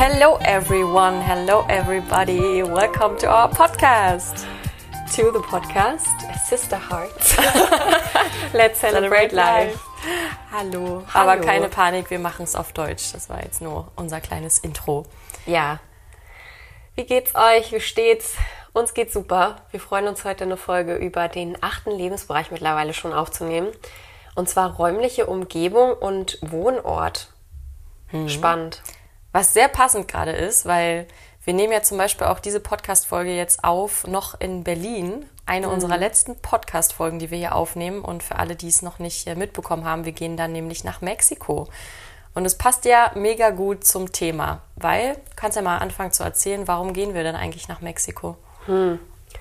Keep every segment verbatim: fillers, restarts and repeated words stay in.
Hello everyone, hello everybody, welcome to our podcast. To the podcast, Sister Hearts. Let's celebrate, celebrate life. life. Hallo. Aber Hallo. Keine Panik, wir machen es auf Deutsch. Das war jetzt nur unser kleines Intro. Ja. Wie geht's euch? Wie steht's? Uns geht's super. Wir freuen uns heute eine Folge über den achten Lebensbereich mittlerweile schon aufzunehmen. Und zwar räumliche Umgebung und Wohnort. Hm. Spannend. Was sehr passend gerade ist, weil wir nehmen ja zum Beispiel auch diese Podcast-Folge jetzt auf, noch in Berlin. Eine mhm. unserer letzten Podcast-Folgen, die wir hier aufnehmen. Und für alle, die es noch nicht mitbekommen haben, wir gehen dann nämlich nach Mexiko. Und es passt ja mega gut zum Thema, weil, du kannst ja mal anfangen zu erzählen, warum gehen wir denn eigentlich nach Mexiko? Hm.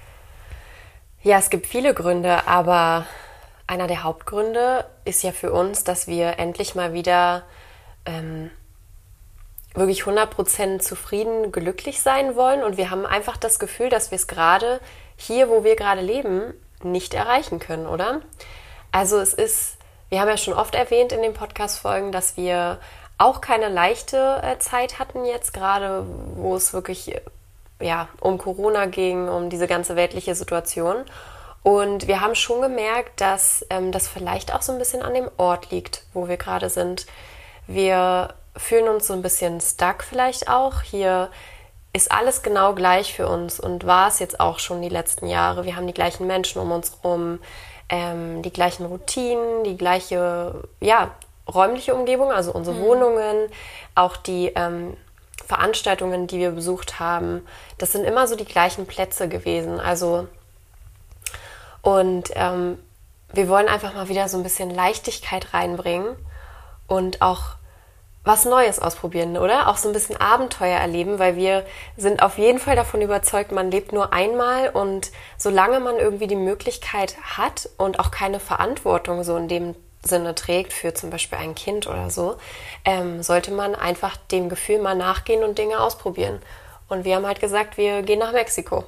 Ja, es gibt viele Gründe, aber einer der Hauptgründe ist ja für uns, dass wir endlich mal wieder ähm, wirklich hundert Prozent zufrieden, glücklich sein wollen. Und wir haben einfach das Gefühl, dass wir es gerade hier, wo wir gerade leben, nicht erreichen können, oder? Also es ist, wir haben ja schon oft erwähnt in den Podcast-Folgen, dass wir auch keine leichte äh, Zeit hatten jetzt, gerade wo es wirklich ja, um Corona ging, um diese ganze weltliche Situation. Und wir haben schon gemerkt, dass ähm, das vielleicht auch so ein bisschen an dem Ort liegt, wo wir gerade sind. Wir fühlen uns so ein bisschen stuck vielleicht auch. Hier ist alles genau gleich für uns und war es jetzt auch schon die letzten Jahre. Wir haben die gleichen Menschen um uns rum, ähm, die gleichen Routinen, die gleiche ja, räumliche Umgebung, also unsere mhm. Wohnungen, auch die ähm, Veranstaltungen, die wir besucht haben. Das sind immer so die gleichen Plätze gewesen. Also und ähm, wir wollen einfach mal wieder so ein bisschen Leichtigkeit reinbringen und auch was Neues ausprobieren, oder? Auch so ein bisschen Abenteuer erleben, weil wir sind auf jeden Fall davon überzeugt, man lebt nur einmal und solange man irgendwie die Möglichkeit hat und auch keine Verantwortung so in dem Sinne trägt für zum Beispiel ein Kind oder so, ähm, sollte man einfach dem Gefühl mal nachgehen und Dinge ausprobieren. Und wir haben halt gesagt, wir gehen nach Mexiko.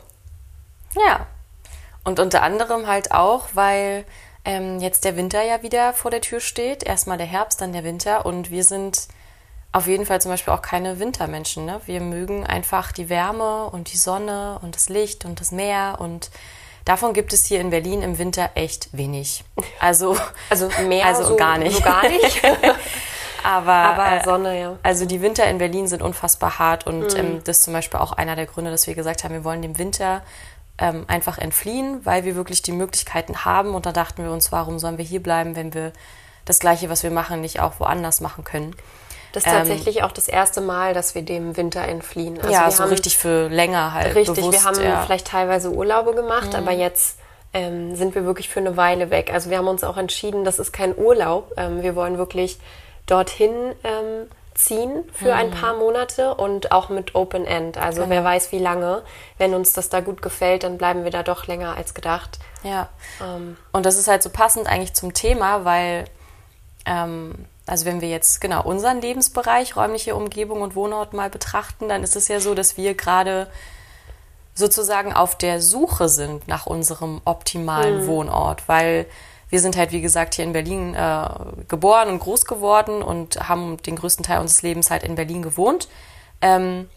Ja, und unter anderem halt auch, weil ähm, jetzt der Winter ja wieder vor der Tür steht. Erstmal der Herbst, dann der Winter und wir sind auf jeden Fall zum Beispiel auch keine Wintermenschen. Ne? Wir mögen einfach die Wärme und die Sonne und das Licht und das Meer und davon gibt es hier in Berlin im Winter echt wenig. Also, also mehr also so, gar nicht. So gar nicht. Aber, Aber Sonne, ja. Also die Winter in Berlin sind unfassbar hart und mhm. ähm, das ist zum Beispiel auch einer der Gründe, dass wir gesagt haben, wir wollen dem Winter ähm, einfach entfliehen, weil wir wirklich die Möglichkeiten haben und da dachten wir uns, warum sollen wir hier bleiben, wenn wir das Gleiche, was wir machen, nicht auch woanders machen können. Das ist tatsächlich ähm, auch das erste Mal, dass wir dem Winter entfliehen. Also ja, wir so haben, richtig für länger halt Richtig, bewusst, wir haben ja. vielleicht teilweise Urlaube gemacht, mhm. aber jetzt ähm, sind wir wirklich für eine Weile weg. Also wir haben uns auch entschieden, das ist kein Urlaub. Ähm, wir wollen wirklich dorthin ähm, ziehen für mhm. ein paar Monate und auch mit Open End. Also genau. Wer weiß wie lange. Wenn uns das da gut gefällt, dann bleiben wir da doch länger als gedacht. Ja, ähm. und das ist halt so passend eigentlich zum Thema, weil ähm, also wenn wir jetzt genau unseren Lebensbereich, räumliche Umgebung und Wohnort mal betrachten, dann ist es ja so, dass wir gerade sozusagen auf der Suche sind nach unserem optimalen mhm. Wohnort, weil wir sind halt, wie gesagt, hier in Berlin äh, geboren und groß geworden und haben den größten Teil unseres Lebens halt in Berlin gewohnt, ähm,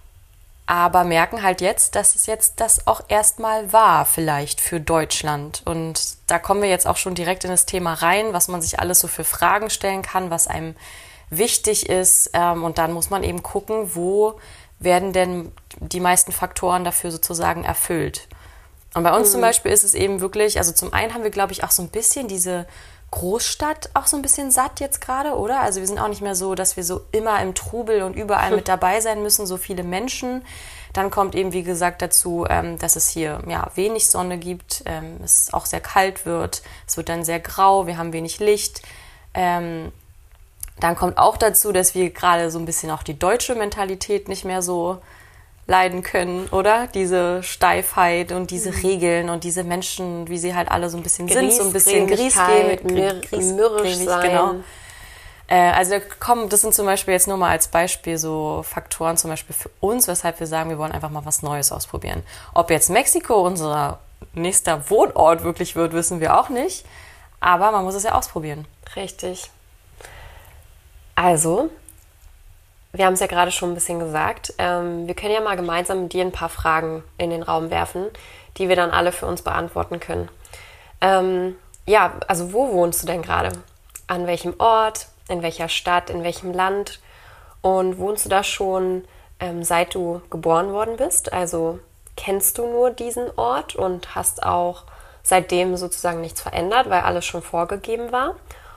aber merken halt jetzt, dass es jetzt das auch erstmal war vielleicht für Deutschland. Und da kommen wir jetzt auch schon direkt in das Thema rein, was man sich alles so für Fragen stellen kann, was einem wichtig ist. Ähm, und dann muss man eben gucken, wo werden denn die meisten Faktoren dafür sozusagen erfüllt. Und bei uns mhm. zum Beispiel ist es eben wirklich, also zum einen haben wir, glaube ich, auch so ein bisschen diese Großstadt auch so ein bisschen satt jetzt gerade, oder? Also wir sind auch nicht mehr so, dass wir so immer im Trubel und überall mit dabei sein müssen, so viele Menschen. Dann kommt eben, wie gesagt, dazu, ähm, dass es hier ja wenig Sonne gibt, ähm, es auch sehr kalt wird, es wird dann sehr grau, wir haben wenig Licht. Ähm, dann kommt auch dazu, dass wir gerade so ein bisschen auch die deutsche Mentalität nicht mehr so leiden können, oder? Diese Steifheit und diese mhm. Regeln und diese Menschen, wie sie halt alle so ein bisschen sind, so ein bisschen griesgrämig, mürrisch sein. Genau. Äh, also da kommen, das sind zum Beispiel jetzt nur mal als Beispiel so Faktoren zum Beispiel für uns, weshalb wir sagen, wir wollen einfach mal was Neues ausprobieren. Ob jetzt Mexiko unser nächster Wohnort wirklich wird, wissen wir auch nicht, aber man muss es ja ausprobieren. Richtig. Also wir haben es ja gerade schon ein bisschen gesagt, ähm, wir können ja mal gemeinsam mit dir ein paar Fragen in den Raum werfen, die wir dann alle für uns beantworten können. Ähm, ja, also wo wohnst du denn gerade? An welchem Ort? In welcher Stadt? In welchem Land? Und wohnst du da schon, ähm, seit du geboren worden bist? Also kennst du nur diesen Ort und hast auch seitdem sozusagen nichts verändert, weil alles schon vorgegeben war?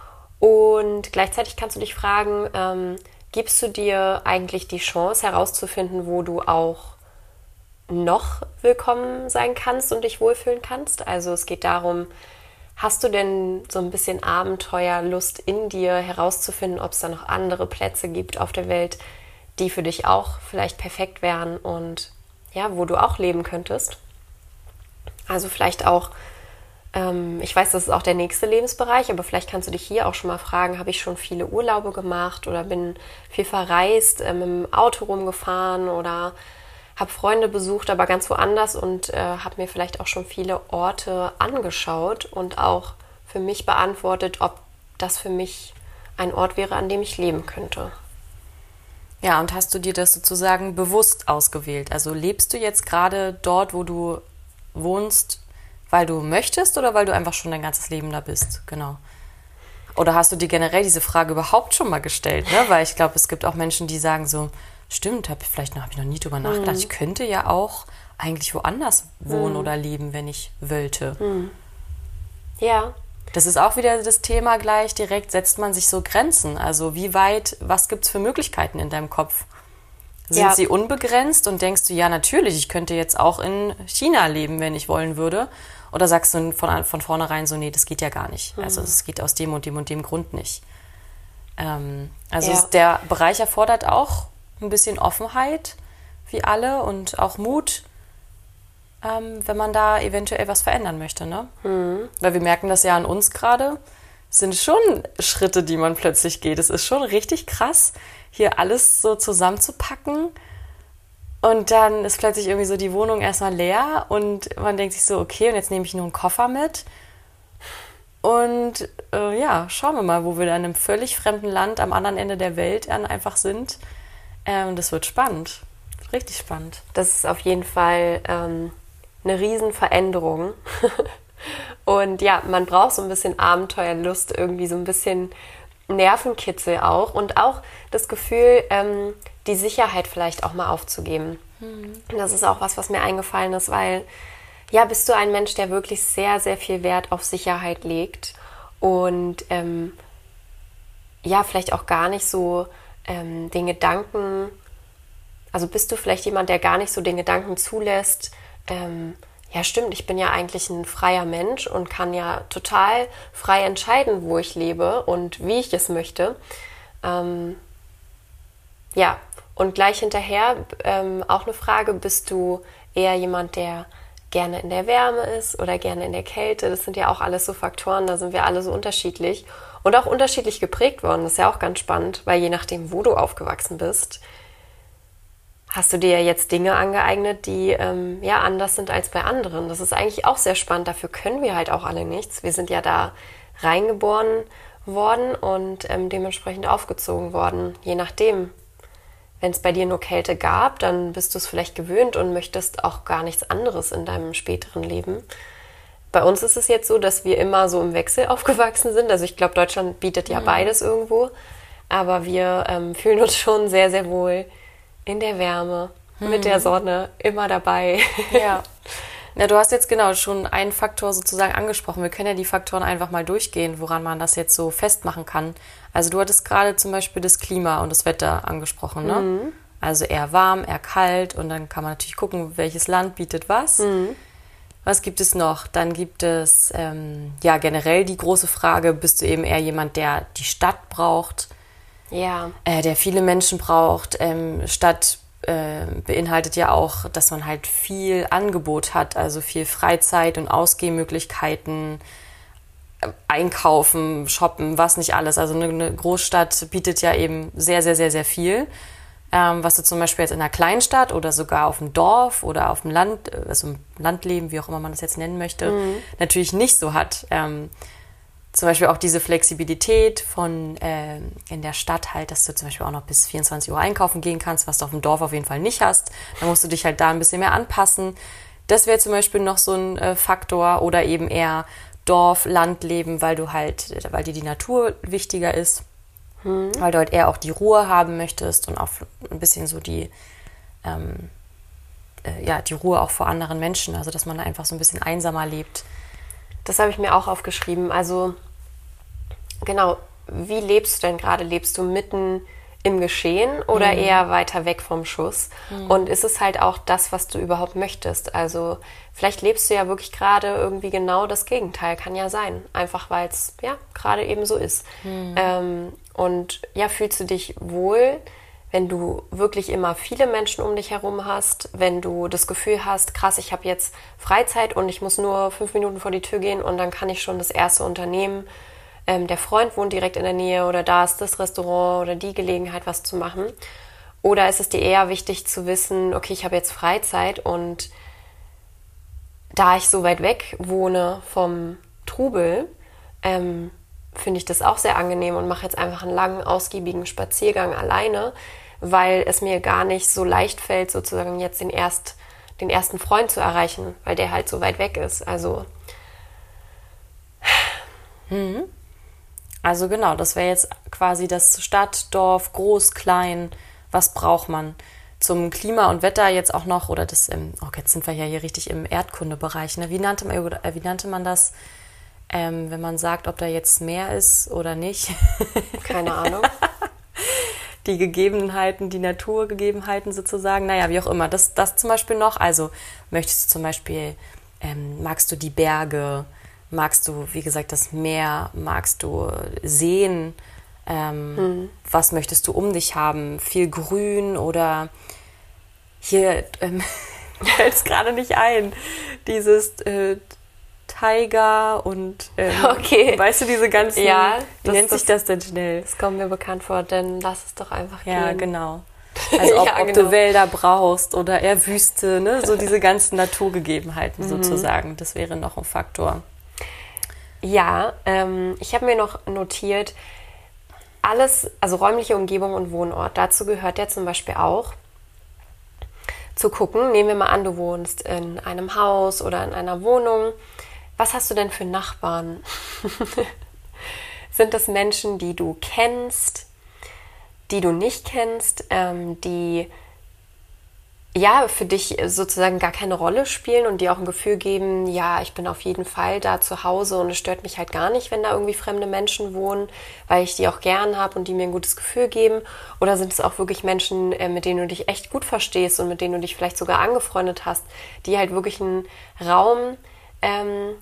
Und gleichzeitig kannst du dich fragen, ähm, gibst du dir eigentlich die Chance herauszufinden, wo du auch noch willkommen sein kannst und dich wohlfühlen kannst? Also es geht darum, hast du denn so ein bisschen Abenteuerlust in dir herauszufinden, ob es da noch andere Plätze gibt auf der Welt, die für dich auch vielleicht perfekt wären und ja, wo du auch leben könntest? Also vielleicht auch, ähm, ich weiß, das ist auch der nächste Lebensbereich, aber vielleicht kannst du dich hier auch schon mal fragen, habe ich schon viele Urlaube gemacht oder bin viel verreist, äh, mit dem Auto rumgefahren oder habe Freunde besucht, aber ganz woanders und äh, habe mir vielleicht auch schon viele Orte angeschaut und auch für mich beantwortet, ob das für mich ein Ort wäre, an dem ich leben könnte. Ja, und hast du dir das sozusagen bewusst ausgewählt? Also lebst du jetzt gerade dort, wo du wohnst, weil du möchtest oder weil du einfach schon dein ganzes Leben da bist? Genau. Oder hast du dir generell diese Frage überhaupt schon mal gestellt? Ne? Weil ich glaube, es gibt auch Menschen, die sagen so, stimmt, hab ich, vielleicht habe ich noch nie drüber nachgedacht. Mhm. Ich könnte ja auch eigentlich woanders wohnen mhm. oder leben, wenn ich wollte. Mhm. Ja. Das ist auch wieder das Thema gleich, direkt setzt man sich so Grenzen. Also wie weit, was gibt es für Möglichkeiten in deinem Kopf? Sind ja. sie unbegrenzt und denkst du, ja natürlich, ich könnte jetzt auch in China leben, wenn ich wollen würde? Oder sagst du von, von vornherein so, nee, das geht ja gar nicht. Mhm. Also es geht aus dem und dem und dem Grund nicht. Ähm, also ja. es, der Bereich erfordert auch ein bisschen Offenheit, wie alle, und auch Mut, ähm, wenn man da eventuell was verändern möchte, ne? Mhm. Weil wir merken das ja an uns gerade, es sind schon Schritte, die man plötzlich geht. Es ist schon richtig krass, hier alles so zusammenzupacken und dann ist plötzlich irgendwie so die Wohnung erstmal leer und man denkt sich so, okay, und jetzt nehme ich nur einen Koffer mit und äh, ja, schauen wir mal, wo wir dann in einem völlig fremden Land am anderen Ende der Welt dann einfach sind. Ähm, das wird spannend. Richtig spannend. Das ist auf jeden Fall ähm, eine Riesenveränderung. Und ja, man braucht so ein bisschen Abenteuerlust, irgendwie so ein bisschen Nervenkitzel auch. Und auch das Gefühl, ähm, die Sicherheit vielleicht auch mal aufzugeben. Mhm. Das ist auch was, was mir eingefallen ist, weil ja, bist du ein Mensch, der wirklich sehr, sehr viel Wert auf Sicherheit legt und ähm, ja, vielleicht auch gar nicht so Ähm, den Gedanken, also bist du vielleicht jemand, der gar nicht so den Gedanken zulässt, ähm, ja stimmt, ich bin ja eigentlich ein freier Mensch und kann ja total frei entscheiden, wo ich lebe und wie ich es möchte. Ähm, ja, und gleich hinterher ähm, auch eine Frage, bist du eher jemand, der gerne in der Wärme ist oder gerne in der Kälte? Das sind ja auch alles so Faktoren, da sind wir alle so unterschiedlich. Und auch unterschiedlich geprägt worden. Das ist ja auch ganz spannend, weil je nachdem, wo du aufgewachsen bist, hast du dir ja jetzt Dinge angeeignet, die ähm, ja anders sind als bei anderen. Das ist eigentlich auch sehr spannend. Dafür können wir halt auch alle nichts. Wir sind ja da reingeboren worden und ähm, dementsprechend aufgezogen worden. Je nachdem, wenn es bei dir nur Kälte gab, dann bist du es vielleicht gewöhnt und möchtest auch gar nichts anderes in deinem späteren Leben. Bei uns ist es jetzt so, dass wir immer so im Wechsel aufgewachsen sind. Also ich glaube, Deutschland bietet ja mhm. beides irgendwo. Aber wir ähm, fühlen uns schon sehr, sehr wohl in der Wärme, mhm. mit der Sonne, immer dabei. Ja. Ja, du hast jetzt genau schon einen Faktor sozusagen angesprochen. Wir können ja die Faktoren einfach mal durchgehen, woran man das jetzt so festmachen kann. Also du hattest gerade zum Beispiel das Klima und das Wetter angesprochen, ne? Mhm. Also eher warm, eher kalt und dann kann man natürlich gucken, welches Land bietet was. Mhm. Was gibt es noch? Dann gibt es ähm, ja generell die große Frage, bist du eben eher jemand, der die Stadt braucht, ja. äh, der viele Menschen braucht. Ähm, Stadt äh, beinhaltet ja auch, dass man halt viel Angebot hat, also viel Freizeit und Ausgehmöglichkeiten, äh, einkaufen, shoppen, was nicht alles. Also eine, eine Großstadt bietet ja eben sehr, sehr, sehr, sehr viel. Ähm, was du zum Beispiel jetzt in einer Kleinstadt oder sogar auf dem Dorf oder auf dem Land, also im Landleben, wie auch immer man das jetzt nennen möchte, mhm. natürlich nicht so hat. Ähm, zum Beispiel auch diese Flexibilität von äh, in der Stadt halt, dass du zum Beispiel auch noch bis vierundzwanzig Uhr einkaufen gehen kannst, was du auf dem Dorf auf jeden Fall nicht hast. Da musst du dich halt da ein bisschen mehr anpassen. Das wäre zum Beispiel noch so ein äh, Faktor oder eben eher Dorf, Landleben, weil du halt, weil dir die Natur wichtiger ist, hm. weil du halt eher auch die Ruhe haben möchtest und auch ein bisschen so die, ähm, äh, ja, die Ruhe auch vor anderen Menschen, also dass man da einfach so ein bisschen einsamer lebt. Das habe ich mir auch aufgeschrieben. Also genau, wie lebst du denn gerade? Lebst du mitten im Geschehen oder mhm. eher weiter weg vom Schuss? Mhm. Und ist es halt auch das, was du überhaupt möchtest? Also vielleicht lebst du ja wirklich gerade irgendwie genau das Gegenteil. Kann ja sein. Einfach weil es ja gerade eben so ist. Mhm. Ähm, und ja, fühlst du dich wohl, wenn du wirklich immer viele Menschen um dich herum hast, wenn du das Gefühl hast, krass, ich habe jetzt Freizeit und ich muss nur fünf Minuten vor die Tür gehen und dann kann ich schon das erste unternehmen. Ähm, der Freund wohnt direkt in der Nähe oder da ist das Restaurant oder die Gelegenheit, was zu machen. Oder ist es dir eher wichtig zu wissen, okay, ich habe jetzt Freizeit und da ich so weit weg wohne vom Trubel, ähm, finde ich das auch sehr angenehm und mache jetzt einfach einen langen, ausgiebigen Spaziergang alleine, weil es mir gar nicht so leicht fällt, sozusagen jetzt den, erst, den ersten Freund zu erreichen, weil der halt so weit weg ist. Also, mhm. also genau, das wäre jetzt quasi das Stadt, Dorf, groß, klein, was braucht man? Zum Klima und Wetter jetzt auch noch, oder das, im, oh, jetzt sind wir ja hier richtig im Erdkundebereich, ne? Wie nannte man, wie nannte man das? Ähm, wenn man sagt, ob da jetzt Meer ist oder nicht. Keine Ahnung. Die Gegebenheiten, die Naturgegebenheiten sozusagen. Naja, wie auch immer. Das, das zum Beispiel noch. Also möchtest du zum Beispiel, ähm, magst du die Berge, magst du, wie gesagt, das Meer, magst du Seen, ähm, hm. was möchtest du um dich haben? Viel Grün oder hier, ähm, mir fällt es gerade nicht ein, dieses äh, Tiger und ähm, okay. weißt du, diese ganzen, ja, wie nennt sich das denn schnell? Das kommt mir bekannt vor, denn lass es doch einfach gehen. Ja, genau. Also ob, ja, ob genau. du Wälder brauchst oder eher Wüste, ne? So diese ganzen Naturgegebenheiten mhm. sozusagen, das wäre noch ein Faktor. Ja, ähm, ich habe mir noch notiert, alles, also räumliche Umgebung und Wohnort, dazu gehört ja zum Beispiel auch, zu gucken, nehmen wir mal an, du wohnst in einem Haus oder in einer Wohnung. Was hast du denn für Nachbarn? Sind das Menschen, die du kennst, die du nicht kennst, ähm, die ja für dich sozusagen gar keine Rolle spielen und dir auch ein Gefühl geben, ja, ich bin auf jeden Fall da zu Hause und es stört mich halt gar nicht, wenn da irgendwie fremde Menschen wohnen, weil ich die auch gern habe und die mir ein gutes Gefühl geben? Oder sind es auch wirklich Menschen, äh, mit denen du dich echt gut verstehst und mit denen du dich vielleicht sogar angefreundet hast, die halt wirklich einen Raum ähm,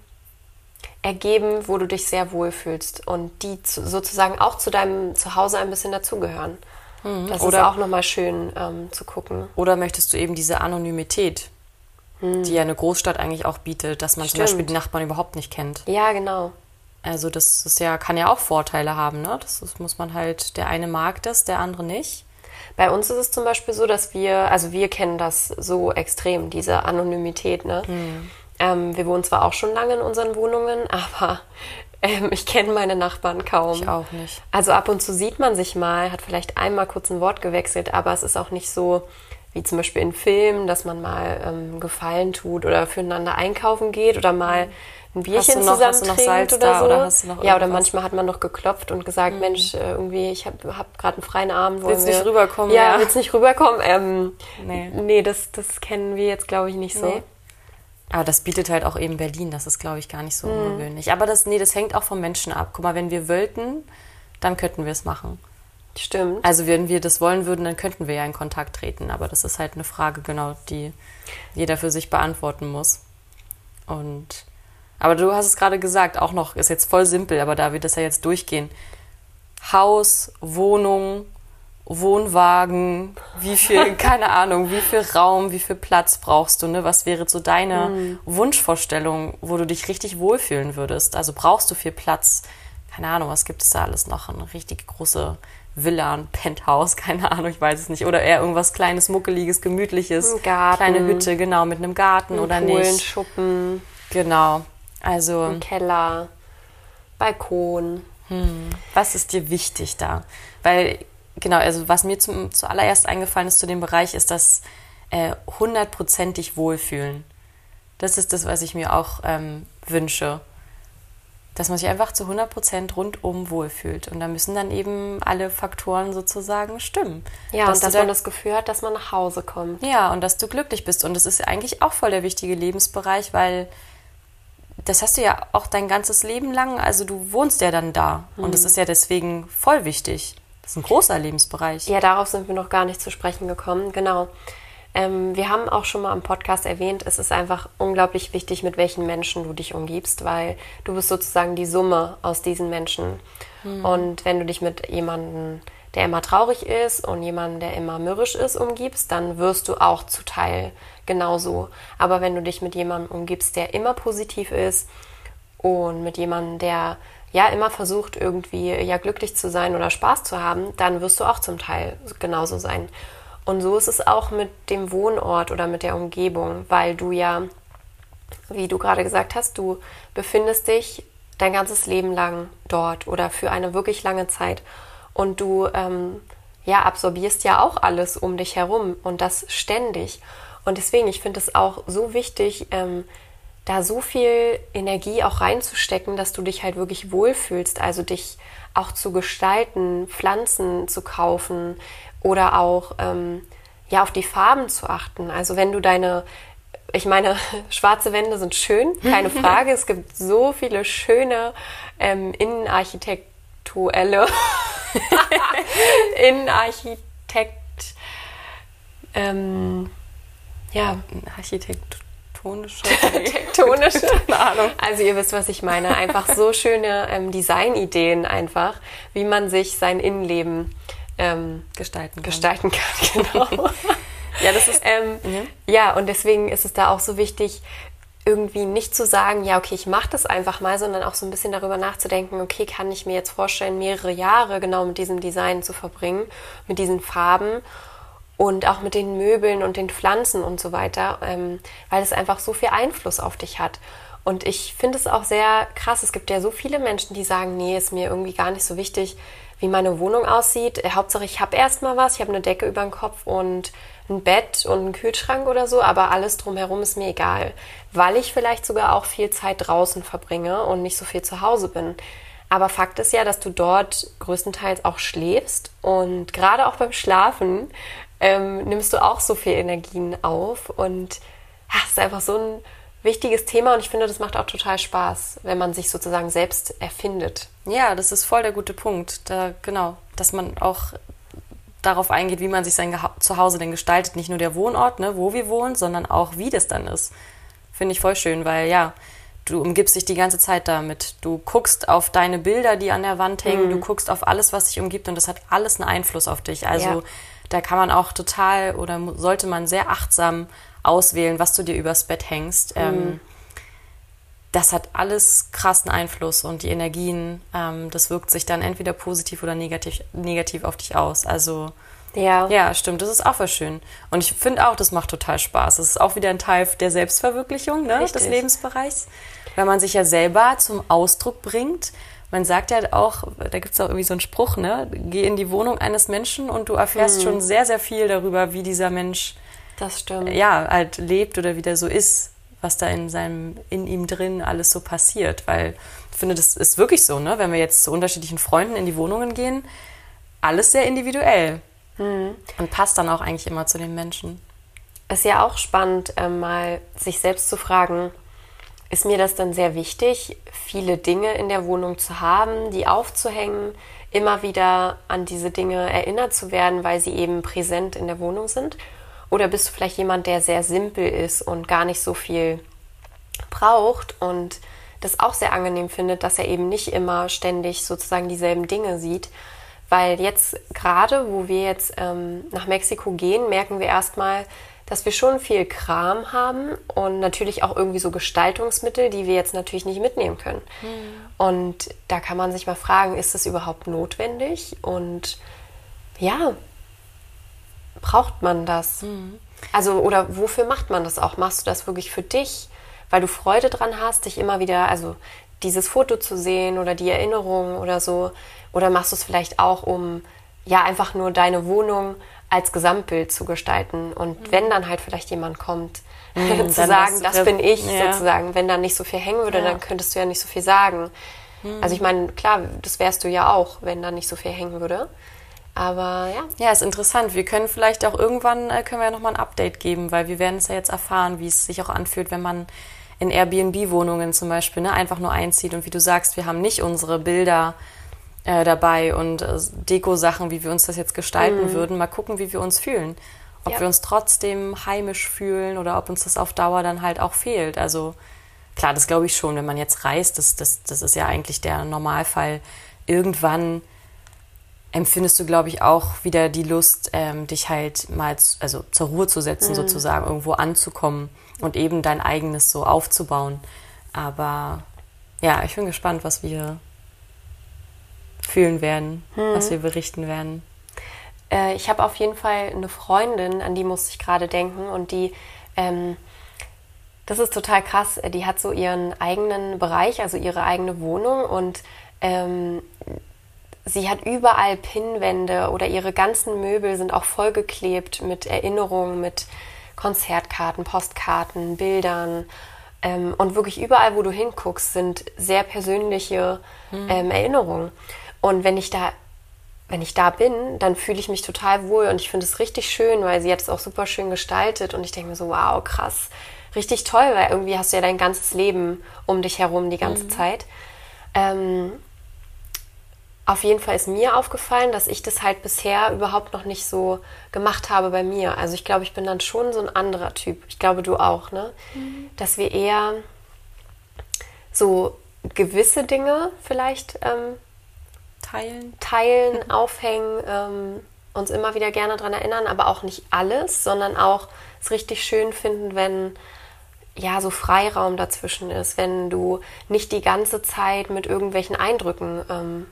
ergeben, wo du dich sehr wohlfühlst und die zu, sozusagen auch zu deinem Zuhause ein bisschen dazugehören? Mhm. Das oder, ist auch nochmal schön ähm, zu gucken. Oder möchtest du eben diese Anonymität, mhm. die ja eine Großstadt eigentlich auch bietet, dass man Stimmt. zum Beispiel die Nachbarn überhaupt nicht kennt? Ja, genau. Also das ist ja, kann ja auch Vorteile haben, ne? Das, das muss man halt, der eine mag das, der andere nicht. Bei uns ist es zum Beispiel so, dass wir, also wir kennen das so extrem, diese Anonymität, ne? Mhm. Ähm, wir wohnen zwar auch schon lange in unseren Wohnungen, aber ähm, ich kenne meine Nachbarn kaum. Ich auch nicht. Also ab und zu sieht man sich mal, hat vielleicht einmal kurz ein Wort gewechselt, aber es ist auch nicht so, wie zum Beispiel in Filmen, dass man mal ähm, Gefallen tut oder füreinander einkaufen geht oder mal ein Bierchen noch, zusammen trinkt Salz oder so. Oder hast du noch ja, oder manchmal hat man noch geklopft und gesagt, mhm. Mensch, äh, irgendwie, ich habe hab gerade einen freien Abend. Willst du nicht rüberkommen? Ja, ja. willst nicht rüberkommen? Ähm, nee, nee das, das kennen wir jetzt, glaube ich, nicht so. Nee. Aber das bietet halt auch eben Berlin, das ist, glaube ich, gar nicht so mhm. ungewöhnlich. Aber das, nee, das hängt auch vom Menschen ab. Guck mal, wenn wir wollten, dann könnten wir es machen. Stimmt. Also wenn wir das wollen würden, dann könnten wir ja in Kontakt treten. Aber das ist halt eine Frage, genau, die jeder für sich beantworten muss. Und aber du hast es gerade gesagt, auch noch, ist jetzt voll simpel, aber da wird das ja jetzt durchgehen. Haus, Wohnung, Wohnwagen, wie viel, keine Ahnung, wie viel Raum, wie viel Platz brauchst du, ne? Was wäre so deine mhm. Wunschvorstellung, wo du dich richtig wohlfühlen würdest? Also brauchst du viel Platz? Keine Ahnung, was gibt es da alles noch? Eine richtig große Villa, ein Penthouse, keine Ahnung, ich weiß es nicht. Oder eher irgendwas Kleines, Muckeliges, Gemütliches. Ein Garten. Kleine Hütte, genau, mit einem Garten ein oder Pool, nicht. Ein Schuppen. Genau, also. Ein Keller. Balkon. Hm. Was ist dir wichtig da? Weil, genau, also was mir zum, zuallererst eingefallen ist zu dem Bereich, ist das äh, hundertprozentig Wohlfühlen. Das ist das, was ich mir auch ähm, wünsche. Dass man sich einfach zu hundert Prozent rundum wohlfühlt. Und da müssen dann eben alle Faktoren sozusagen stimmen. Ja, dass und dass da, man das Gefühl hat, dass man nach Hause kommt. Ja, und dass du glücklich bist. Und das ist eigentlich auch voll der wichtige Lebensbereich, weil das hast du ja auch dein ganzes Leben lang. Also du wohnst ja dann da. Mhm. Und das ist ja deswegen voll wichtig. Das ist ein großer Lebensbereich. Ja, darauf sind wir noch gar nicht zu sprechen gekommen. Genau. Ähm, wir haben auch schon mal im Podcast erwähnt, es ist einfach unglaublich wichtig, mit welchen Menschen du dich umgibst, weil du bist sozusagen die Summe aus diesen Menschen. Mhm. Und wenn du dich mit jemandem, der immer traurig ist und jemandem, der immer mürrisch ist, umgibst, dann wirst du auch zu Teil genauso. Aber wenn du dich mit jemandem umgibst, der immer positiv ist und mit jemandem, der ja immer versucht, irgendwie ja glücklich zu sein oder Spaß zu haben, dann wirst du auch zum Teil genauso sein. Und so ist es auch mit dem Wohnort oder mit der Umgebung, weil du ja, wie du gerade gesagt hast, du befindest dich dein ganzes Leben lang dort oder für eine wirklich lange Zeit. Und du ähm, ja, absorbierst ja auch alles um dich herum und das ständig. Und deswegen, ich finde es auch so wichtig, ähm, da so viel Energie auch reinzustecken, dass du dich halt wirklich wohlfühlst, also dich auch zu gestalten, Pflanzen zu kaufen oder auch ähm, ja, auf die Farben zu achten. Also wenn du deine, ich meine, schwarze Wände sind schön, keine Frage. Es gibt so viele schöne ähm, innenarchitektuelle Innenarchitekt ähm, ja, architektonische tektonische Keine Ahnung. Also ihr wisst, was ich meine. Einfach so schöne ähm, Designideen einfach, wie man sich sein Innenleben ähm, gestalten kann. Gestalten kann, genau. Ja, das ist ähm, ja. ja, und deswegen ist es da auch so wichtig, irgendwie nicht zu sagen, ja, okay, ich mache das einfach mal, sondern auch so ein bisschen darüber nachzudenken, okay, kann ich mir jetzt vorstellen, mehrere Jahre genau mit diesem Design zu verbringen, mit diesen Farben und auch mit den Möbeln und den Pflanzen und so weiter, ähm, weil es einfach so viel Einfluss auf dich hat. Und ich finde es auch sehr krass, es gibt ja so viele Menschen, die sagen, nee, ist mir irgendwie gar nicht so wichtig, wie meine Wohnung aussieht. Hauptsache, ich habe erstmal was, ich habe eine Decke über den Kopf und ein Bett und einen Kühlschrank oder so, aber alles drumherum ist mir egal, weil ich vielleicht sogar auch viel Zeit draußen verbringe und nicht so viel zu Hause bin. Aber Fakt ist ja, dass du dort größtenteils auch schläfst und gerade auch beim Schlafen ähm, nimmst du auch so viel Energien auf und ach, es ist einfach so ein wichtiges Thema und ich finde, das macht auch total Spaß, wenn man sich sozusagen selbst erfindet. Ja, das ist voll der gute Punkt. Da, genau, dass man auch darauf eingeht, wie man sich sein Geha- Zuhause denn gestaltet. Nicht nur der Wohnort, ne, wo wir wohnen, sondern auch, wie das dann ist. Finde ich voll schön, weil ja, du umgibst dich die ganze Zeit damit. Du guckst auf deine Bilder, die an der Wand hängen, mhm. du guckst auf alles, was dich umgibt und das hat alles einen Einfluss auf dich. Also ja. Da kann man auch total oder sollte man sehr achtsam auswählen, was du dir übers Bett hängst. Mhm. Ähm, das hat alles krassen Einfluss und die Energien, ähm, das wirkt sich dann entweder positiv oder negativ, negativ auf dich aus. Also ja. ja, stimmt, das ist auch was schön. Und ich finde auch, das macht total Spaß. Das ist auch wieder ein Teil der Selbstverwirklichung, ne, des Lebensbereichs, weil man sich ja selber zum Ausdruck bringt. Man sagt ja auch, da gibt es auch irgendwie so einen Spruch, ne, geh in die Wohnung eines Menschen und du erfährst hm. schon sehr, sehr viel darüber, wie dieser Mensch das stimmt. ja, halt lebt oder wie der so ist, was da in seinem, in ihm drin alles so passiert. Weil ich finde, das ist wirklich so, ne? Wenn wir jetzt zu unterschiedlichen Freunden in die Wohnungen gehen, alles sehr individuell. Mhm. Und passt dann auch eigentlich immer zu den Menschen. Ist ja auch spannend, äh, mal sich selbst zu fragen, ist mir das dann sehr wichtig, viele Dinge in der Wohnung zu haben, die aufzuhängen, immer wieder an diese Dinge erinnert zu werden, weil sie eben präsent in der Wohnung sind? Oder bist du vielleicht jemand, der sehr simpel ist und gar nicht so viel braucht und das auch sehr angenehm findet, dass er eben nicht immer ständig sozusagen dieselben Dinge sieht? Weil jetzt gerade, wo wir jetzt ähm, nach Mexiko gehen, merken wir erstmal, dass wir schon viel Kram haben und natürlich auch irgendwie so Gestaltungsmittel, die wir jetzt natürlich nicht mitnehmen können. Mhm. Und da kann man sich mal fragen, ist das überhaupt notwendig? Und ja, braucht man das? Mhm. Also, oder wofür macht man das auch? Machst du das wirklich für dich, weil du Freude dran hast, dich immer wieder, also dieses Foto zu sehen oder die Erinnerung oder so? Oder machst du es vielleicht auch, um ja einfach nur deine Wohnung als Gesamtbild zu gestalten? Und mhm. wenn dann halt vielleicht jemand kommt, mhm, zu sagen, das bin ich ja. sozusagen. Wenn dann nicht so viel hängen würde, ja. dann könntest du ja nicht so viel sagen. Mhm. Also ich meine, klar, das wärst du ja auch, wenn da nicht so viel hängen würde. Aber ja. Ja, ist interessant. Wir können vielleicht auch irgendwann, äh, können wir ja nochmal ein Update geben, weil wir werden es ja jetzt erfahren, wie es sich auch anfühlt, wenn man in Airbnb-Wohnungen zum Beispiel ne, einfach nur einzieht. Und wie du sagst, wir haben nicht unsere Bilder äh, dabei und äh, Deko-Sachen, wie wir uns das jetzt gestalten mhm. würden. Mal gucken, wie wir uns fühlen. Ob ja. wir uns trotzdem heimisch fühlen oder ob uns das auf Dauer dann halt auch fehlt. Also klar, das glaube ich schon, wenn man jetzt reist, das, das, das ist ja eigentlich der Normalfall. Irgendwann empfindest du, glaube ich, auch wieder die Lust, ähm, dich halt mal z- also zur Ruhe zu setzen, mhm. sozusagen, irgendwo anzukommen und eben dein eigenes so aufzubauen. Aber ja, ich bin gespannt, was wir fühlen werden, mhm. was wir berichten werden. Äh, ich habe auf jeden Fall eine Freundin, an die musste ich gerade denken und die, ähm, das ist total krass, die hat so ihren eigenen Bereich, also ihre eigene Wohnung und ähm, sie hat überall Pinnwände oder ihre ganzen Möbel sind auch vollgeklebt mit Erinnerungen, mit Konzertkarten, Postkarten, Bildern. Ähm, und wirklich überall, wo du hinguckst, sind sehr persönliche ähm, Erinnerungen. Und wenn ich da, wenn ich da bin, dann fühle ich mich total wohl und ich finde es richtig schön, weil sie hat es auch super schön gestaltet und ich denke mir so, wow, krass, richtig toll, weil irgendwie hast du ja dein ganzes Leben um dich herum die ganze mhm. Zeit. Ähm, Auf jeden Fall ist mir aufgefallen, dass ich das halt bisher überhaupt noch nicht so gemacht habe bei mir. Also ich glaube, ich bin dann schon so ein anderer Typ. Ich glaube, du auch, ne? Mhm. Dass wir eher so gewisse Dinge vielleicht ähm, teilen, teilen mhm. aufhängen, ähm, uns immer wieder gerne daran erinnern, aber auch nicht alles, sondern auch es richtig schön finden, wenn ja so Freiraum dazwischen ist, wenn du nicht die ganze Zeit mit irgendwelchen Eindrücken ähm,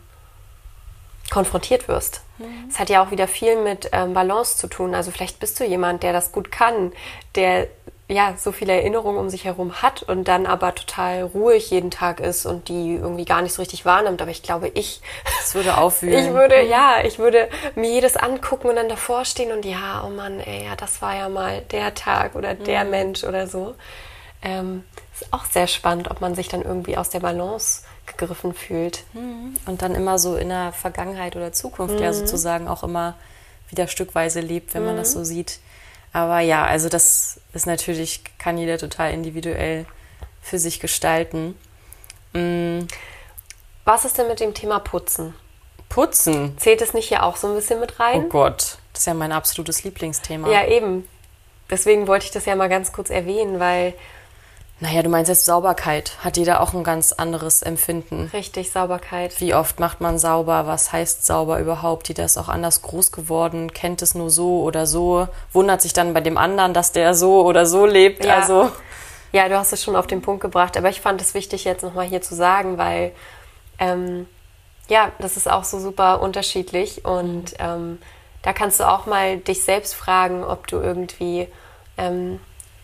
konfrontiert wirst. Es mhm. hat ja auch wieder viel mit ähm, Balance zu tun. Also vielleicht bist du jemand, der das gut kann, der ja so viele Erinnerungen um sich herum hat und dann aber total ruhig jeden Tag ist und die irgendwie gar nicht so richtig wahrnimmt. Aber ich glaube, ich... Das würde aufwühlen. Ich würde, ja, ich würde mir jedes angucken und dann davor stehen und ja, oh Mann, ey, ja, das war ja mal der Tag oder der mhm. Mensch oder so. Ähm, ist auch sehr spannend, ob man sich dann irgendwie aus der Balance gegriffen fühlt. Und dann immer so in der Vergangenheit oder Zukunft mhm. ja sozusagen auch immer wieder stückweise lebt, wenn mhm. man das so sieht. Aber ja, also das ist natürlich, kann jeder total individuell für sich gestalten. Mhm. Was ist denn mit dem Thema Putzen? Putzen? Zählt es nicht hier auch so ein bisschen mit rein? Oh Gott, das ist ja mein absolutes Lieblingsthema. Ja, eben. Deswegen wollte ich das ja mal ganz kurz erwähnen, weil naja, du meinst jetzt Sauberkeit. Hat jeder auch ein ganz anderes Empfinden. Richtig, Sauberkeit. Wie oft macht man sauber? Was heißt sauber überhaupt? Jeder ist auch anders groß geworden, kennt es nur so oder so, wundert sich dann bei dem anderen, dass der so oder so lebt. Ja, also. Ja, du hast es schon auf den Punkt gebracht. Aber ich fand es wichtig, jetzt nochmal hier zu sagen, weil ähm, ja, das ist auch so super unterschiedlich. Und ähm, da kannst du auch mal dich selbst fragen, ob du irgendwie ähm,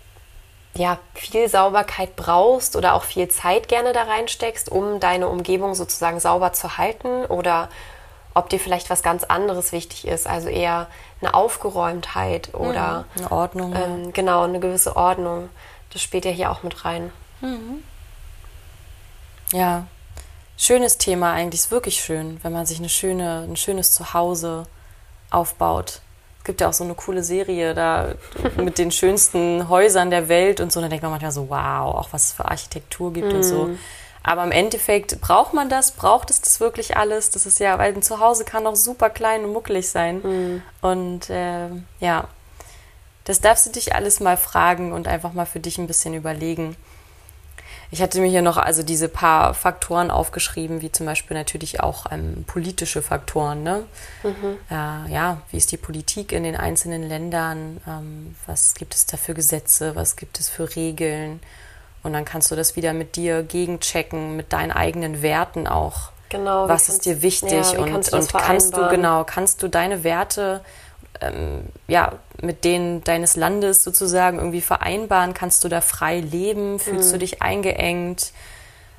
ja, viel Sauberkeit brauchst oder auch viel Zeit gerne da reinsteckst, um deine Umgebung sozusagen sauber zu halten oder ob dir vielleicht was ganz anderes wichtig ist, also eher eine Aufgeräumtheit oder eine Ordnung. Ähm, genau, eine gewisse Ordnung. Das spielt ja hier auch mit rein. Mhm. Ja, schönes Thema eigentlich, ist wirklich schön, wenn man sich eine schöne, ein schönes Zuhause aufbaut. Es gibt ja auch so eine coole Serie da mit den schönsten Häusern der Welt und so. Da denkt man manchmal so, wow, auch was es für Architektur gibt mm. und so. Aber im Endeffekt braucht man das, braucht es das wirklich alles? Das ist ja, weil ein Zuhause kann auch super klein und muckelig sein. Mm. Und äh, ja, das darfst du dich alles mal fragen und einfach mal für dich ein bisschen überlegen. Ich hatte mir hier noch also diese paar Faktoren aufgeschrieben, wie zum Beispiel natürlich auch ähm, politische Faktoren. Ne? Mhm. Äh, ja, wie ist die Politik in den einzelnen Ländern? Ähm, was gibt es da für Gesetze? Was gibt es für Regeln? Und dann kannst du das wieder mit dir gegenchecken, mit deinen eigenen Werten auch. Genau. Was ist dir wichtig? Ja, und kannst du, und kannst du genau, kannst du deine Werte ähm, ja, mit denen deines Landes sozusagen irgendwie vereinbaren? Kannst du da frei leben? Fühlst mhm. du dich eingeengt?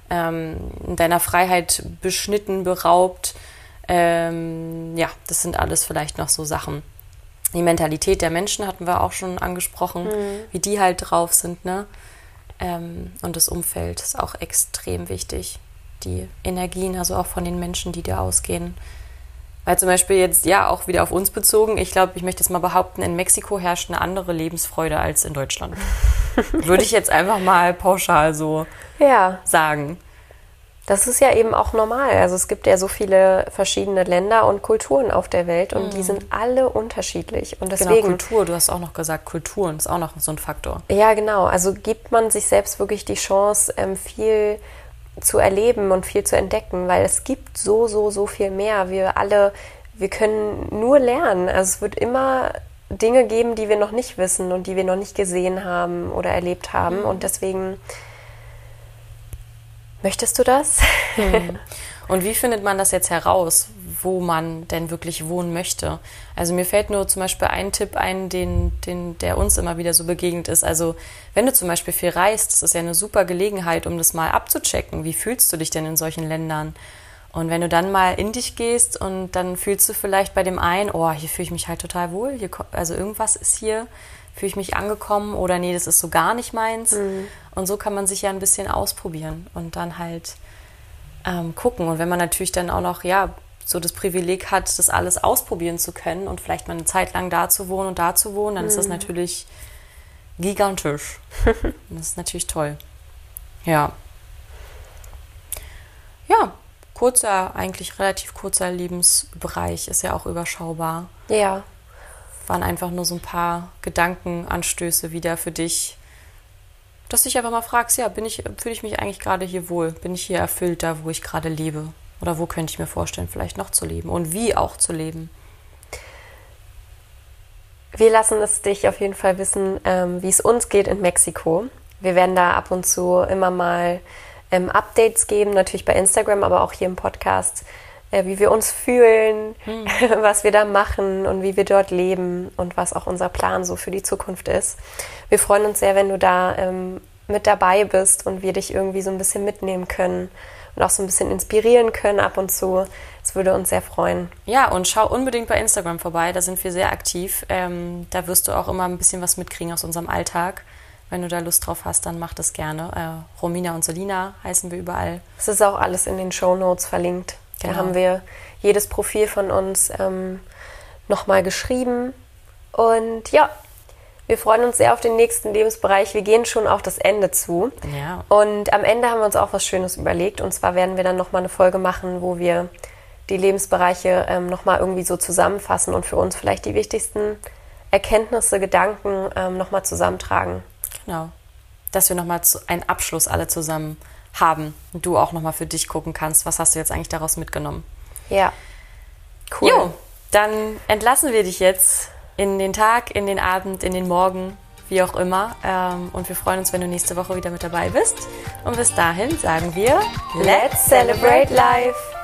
ähm, deiner Freiheit beschnitten, beraubt. Ähm, ja, das sind alles vielleicht noch so Sachen. Die Mentalität der Menschen hatten wir auch schon angesprochen, mhm. wie die halt drauf sind, ne? Ähm, und das Umfeld ist auch extrem wichtig. Die Energien, also auch von den Menschen, die dir ausgehen. Weil zum Beispiel jetzt, ja, auch wieder auf uns bezogen, ich glaube, ich möchte jetzt mal behaupten, in Mexiko herrscht eine andere Lebensfreude als in Deutschland. Würde ich jetzt einfach mal pauschal so ja. sagen. Das ist ja eben auch normal. Also es gibt ja so viele verschiedene Länder und Kulturen auf der Welt und mhm. die sind alle unterschiedlich. Und deswegen, genau, Kultur, du hast auch noch gesagt, Kulturen ist auch noch so ein Faktor. Ja, genau. Also gibt man sich selbst wirklich die Chance, viel zu erleben und viel zu entdecken, weil es gibt so, so, so viel mehr. Wir alle, wir können nur lernen. Also es wird immer Dinge geben, die wir noch nicht wissen und die wir noch nicht gesehen haben oder erlebt haben. Mhm. Und deswegen, möchtest du das? Mhm. Und wie findet man das jetzt heraus, wo man denn wirklich wohnen möchte? Also mir fällt nur zum Beispiel ein Tipp ein, den, den, der uns immer wieder so begegnet ist. Also wenn du zum Beispiel viel reist, das ist ja eine super Gelegenheit, um das mal abzuchecken. Wie fühlst du dich denn in solchen Ländern? Und wenn du dann mal in dich gehst und dann fühlst du vielleicht bei dem einen, oh, hier fühle ich mich halt total wohl, hier, also irgendwas ist hier, fühle ich mich angekommen oder nee, das ist so gar nicht meins. Mhm. Und so kann man sich ja ein bisschen ausprobieren und dann halt ähm, gucken. Und wenn man natürlich dann auch noch, ja, so das Privileg hat, das alles ausprobieren zu können und vielleicht mal eine Zeit lang da zu wohnen und da zu wohnen, dann mhm. ist das natürlich gigantisch. Das ist natürlich toll. Ja. Ja, kurzer, eigentlich relativ kurzer Lebensbereich, ist ja auch überschaubar. Ja. Waren einfach nur so ein paar Gedankenanstöße wieder für dich, dass du dich einfach mal fragst, ja, bin ich, fühle ich mich eigentlich gerade hier wohl? Bin ich hier erfüllt da, wo ich gerade lebe? Oder wo könnte ich mir vorstellen, vielleicht noch zu leben? Und wie auch zu leben? Wir lassen es dich auf jeden Fall wissen, ähm, wie es uns geht in Mexiko. Wir werden da ab und zu immer mal ähm, Updates geben, natürlich bei Instagram, aber auch hier im Podcast, äh, wie wir uns fühlen, hm. was wir da machen und wie wir dort leben und was auch unser Plan so für die Zukunft ist. Wir freuen uns sehr, wenn du da ähm, mit dabei bist und wir dich irgendwie so ein bisschen mitnehmen können und auch so ein bisschen inspirieren können ab und zu. Das würde uns sehr freuen. Ja, und schau unbedingt bei Instagram vorbei, da sind wir sehr aktiv. Ähm, da wirst du auch immer ein bisschen was mitkriegen aus unserem Alltag. Wenn du da Lust drauf hast, dann mach das gerne. Äh, Romina und Selina heißen wir überall. Es ist auch alles in den Shownotes verlinkt. Genau. Da haben wir jedes Profil von uns ähm, nochmal geschrieben. Und ja, wir freuen uns sehr auf den nächsten Lebensbereich. Wir gehen schon auf das Ende zu. Ja. Und am Ende haben wir uns auch was Schönes überlegt. Und zwar werden wir dann nochmal eine Folge machen, wo wir die Lebensbereiche ähm, nochmal irgendwie so zusammenfassen und für uns vielleicht die wichtigsten Erkenntnisse, Gedanken ähm, nochmal zusammentragen. Genau. Dass wir nochmal einen Abschluss alle zusammen haben und du auch nochmal für dich gucken kannst, was hast du jetzt eigentlich daraus mitgenommen. Ja, cool. Jo, dann entlassen wir dich jetzt in den Tag, in den Abend, in den Morgen, wie auch immer. Und wir freuen uns, wenn du nächste Woche wieder mit dabei bist. Und bis dahin sagen wir, let's celebrate life!